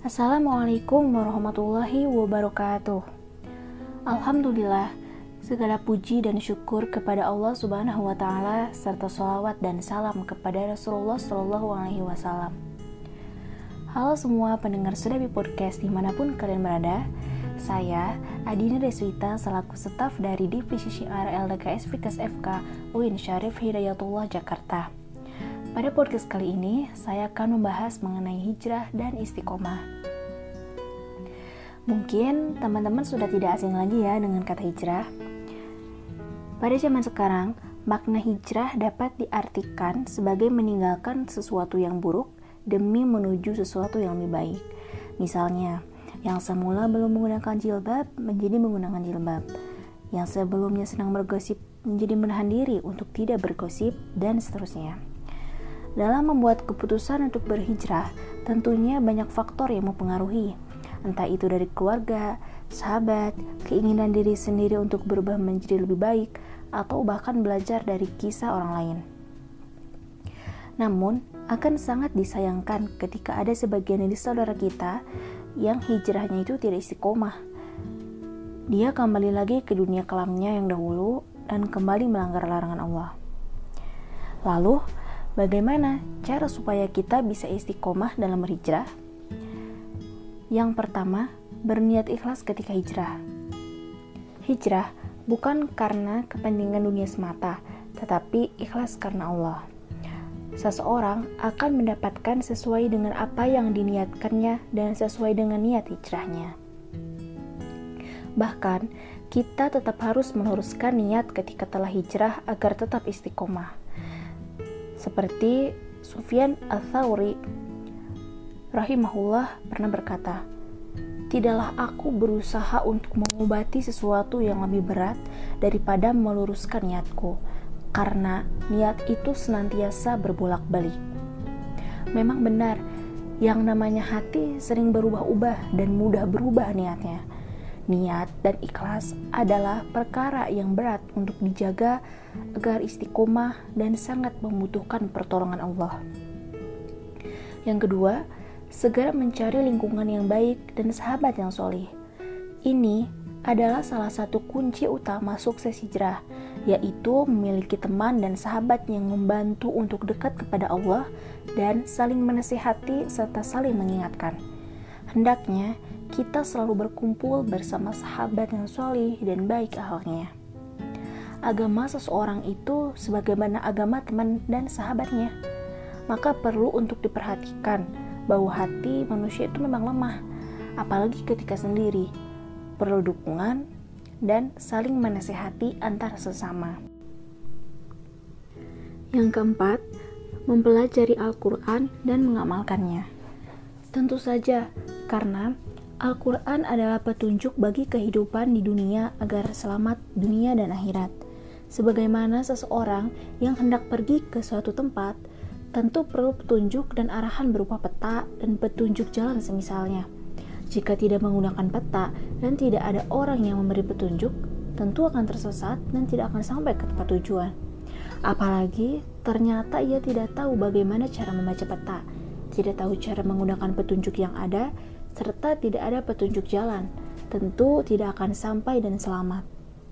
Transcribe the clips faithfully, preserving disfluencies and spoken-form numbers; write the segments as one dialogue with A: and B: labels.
A: Assalamualaikum warahmatullahi wabarakatuh. Alhamdulillah, segala puji dan syukur kepada Allah Subhanahu wa Ta'ala, serta sholawat dan salam kepada Rasulullah Shallallahu Alaihi Wasallam. Halo semua pendengar Sudabi Podcast dimanapun kalian berada. Saya Adina Deswita selaku staf dari Divisi Syiar L D K S Vikas F K U I N Syarif Hidayatullah Jakarta. Pada podcast kali ini, saya akan membahas mengenai hijrah dan istiqomah. Mungkin teman-teman sudah tidak asing lagi ya dengan kata hijrah. Pada zaman sekarang, makna hijrah dapat diartikan sebagai meninggalkan sesuatu yang buruk demi menuju sesuatu yang lebih baik. Misalnya, yang semula belum menggunakan jilbab menjadi menggunakan jilbab. Yang sebelumnya senang bergosip menjadi menahan diri untuk tidak bergosip, dan seterusnya. Dalam membuat keputusan untuk berhijrah, tentunya banyak faktor yang mempengaruhi, entah itu dari keluarga, sahabat, keinginan diri sendiri untuk berubah menjadi lebih baik, atau bahkan belajar dari kisah orang lain. Namun, akan sangat disayangkan ketika ada sebagian dari saudara kita yang hijrahnya itu tidak istiqomah. Dia kembali lagi ke dunia kelamnya yang dahulu dan kembali melanggar larangan Allah. Lalu, bagaimana cara supaya kita bisa istiqomah dalam berhijrah? Yang pertama, berniat ikhlas ketika hijrah. Hijrah bukan karena kepentingan dunia semata, tetapi ikhlas karena Allah. Seseorang akan mendapatkan sesuai dengan apa yang diniatkannya dan sesuai dengan niat hijrahnya. Bahkan, kita tetap harus meluruskan niat ketika telah hijrah agar tetap istiqomah. Seperti Sufyan Ats-Tsauri rahimahullah pernah berkata, "Tidaklah aku berusaha untuk mengobati sesuatu yang lebih berat daripada meluruskan niatku, karena niat itu senantiasa berbolak-balik." Memang benar, yang namanya hati sering berubah-ubah dan mudah berubah niatnya. Niat dan ikhlas adalah perkara yang berat untuk dijaga agar istiqomah dan sangat membutuhkan pertolongan Allah. Yang kedua, segera mencari lingkungan yang baik dan sahabat yang soleh. Ini adalah salah satu kunci utama sukses hijrah, yaitu memiliki teman dan sahabat yang membantu untuk dekat kepada Allah dan saling menasihati serta saling mengingatkan. Hendaknya kita selalu berkumpul bersama sahabat yang soleh dan baik akhlaknya. Agama seseorang itu sebagaimana agama teman dan sahabatnya. Maka perlu untuk diperhatikan bahwa hati manusia itu memang lemah, apalagi ketika sendiri. Perlu dukungan dan saling menasihati antar sesama. Yang keempat, mempelajari Al-Quran dan mengamalkannya. Tentu saja, karena Al-Quran adalah petunjuk bagi kehidupan di dunia agar selamat dunia dan akhirat. Sebagaimana seseorang yang hendak pergi ke suatu tempat, tentu perlu petunjuk dan arahan berupa peta dan petunjuk jalan semisalnya. Jika tidak menggunakan peta dan tidak ada orang yang memberi petunjuk, tentu akan tersesat dan tidak akan sampai ke tempat tujuan. Apalagi ternyata ia tidak tahu bagaimana cara membaca peta, tidak tahu cara menggunakan petunjuk yang ada, serta tidak ada petunjuk jalan, tentu tidak akan sampai dan selamat.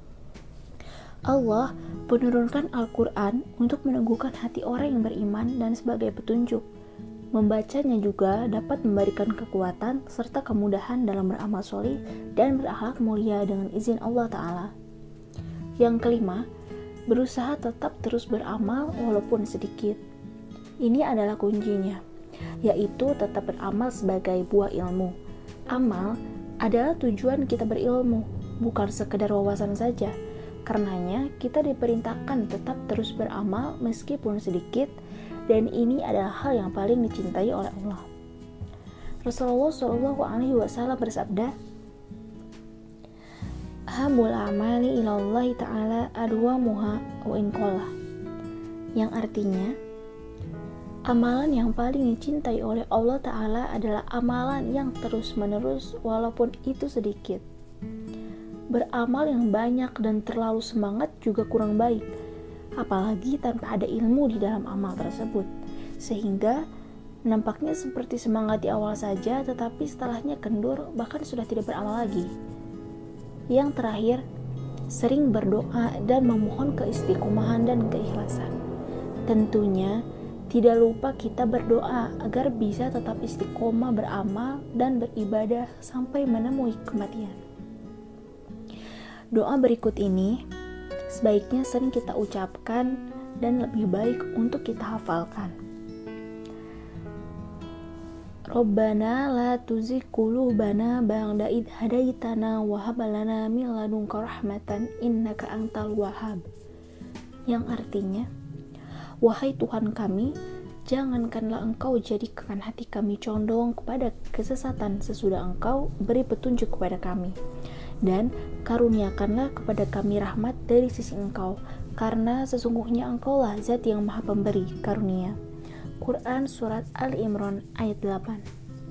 A: Allah menurunkan Al-Quran untuk meneguhkan hati orang yang beriman dan sebagai petunjuk. Membacanya juga dapat memberikan kekuatan serta kemudahan dalam beramal soleh dan berakhlak mulia dengan izin Allah Ta'ala. Yang kelima, berusaha tetap terus beramal walaupun sedikit. Ini adalah kuncinya, yaitu tetap beramal sebagai buah ilmu. Amal adalah tujuan kita berilmu, bukan sekedar wawasan saja. Karenanya kita diperintahkan tetap terus beramal meskipun sedikit, dan ini adalah hal yang paling dicintai oleh Allah. Rasulullah Shallallahu Alaihi Wasallam bersabda, "Habul amali ilallahi ta'ala adwamuha wa in qalla," yang artinya, amalan yang paling dicintai oleh Allah Ta'ala adalah amalan yang terus-menerus walaupun itu sedikit. Beramal yang banyak dan terlalu semangat juga kurang baik, apalagi tanpa ada ilmu di dalam amal tersebut, sehingga Nampaknya seperti semangat di awal saja, tetapi setelahnya kendur, bahkan sudah tidak beramal lagi. Yang terakhir, sering berdoa dan memohon keistiqomahan dan keikhlasan. Tentunya, tidak lupa kita berdoa agar bisa tetap istiqomah beramal dan beribadah sampai menemui kematian. Doa berikut ini sebaiknya sering kita ucapkan dan lebih baik untuk kita hafalkan. Rabbana la tuzigh qulubana ba'da idh hadaitana wa hab lana min ladunka rahmatan innaka antal wahhab. Yang artinya, wahai Tuhan kami, jangankanlah Engkau jadikan hati kami condong kepada kesesatan sesudah Engkau beri petunjuk kepada kami, dan karuniakanlah kepada kami rahmat dari sisi Engkau, karena sesungguhnya Engkaulah Zat yang Maha Pemberi karunia. Quran Surat Ali Imran ayat delapan.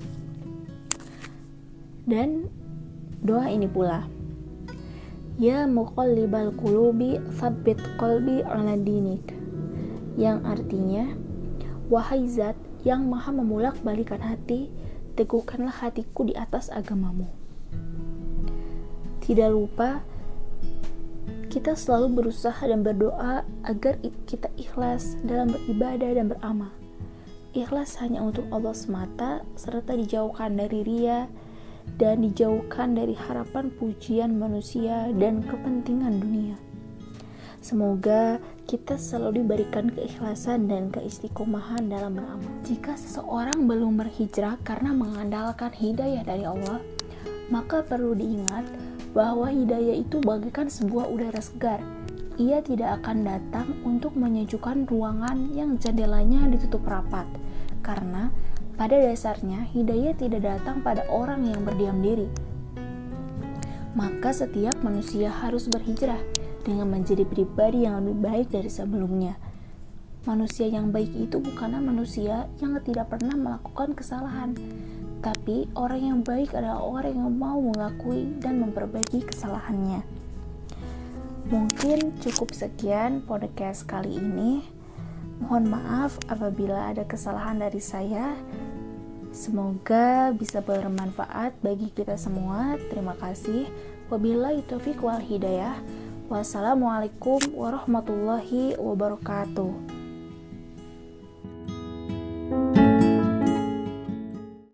A: Dan doa ini pula, Ya muqallibal qulubi tsabbit qalbi ala dinik, yang artinya, wahai Zat yang Maha membolak-balikan hati, teguhkanlah hatiku di atas agamamu. Tidak lupa, kita selalu berusaha dan berdoa agar kita ikhlas dalam beribadah dan beramal. Ikhlas hanya untuk Allah semata, serta dijauhkan dari riya dan dijauhkan dari harapan pujian manusia dan kepentingan dunia. Semoga kita selalu diberikan keikhlasan dan keistiqomahan dalam beramal. Jika seseorang belum berhijrah karena mengandalkan hidayah dari Allah, maka perlu diingat bahwa hidayah itu bagaikan sebuah udara segar. Ia tidak akan datang untuk menyejukkan ruangan yang jendelanya ditutup rapat, karena pada dasarnya hidayah tidak datang pada orang yang berdiam diri. Maka setiap manusia harus berhijrah dengan menjadi pribadi yang lebih baik dari sebelumnya. Manusia yang baik itu bukanlah manusia yang tidak pernah melakukan kesalahan, tapi orang yang baik adalah orang yang mau mengakui dan memperbaiki kesalahannya. Mungkin cukup sekian podcast kali ini. Mohon maaf apabila ada kesalahan dari saya. Semoga bisa bermanfaat bagi kita semua. Terima kasih. Wabillahi taufiq wal hidayah. Wassalamualaikum warahmatullahi wabarakatuh.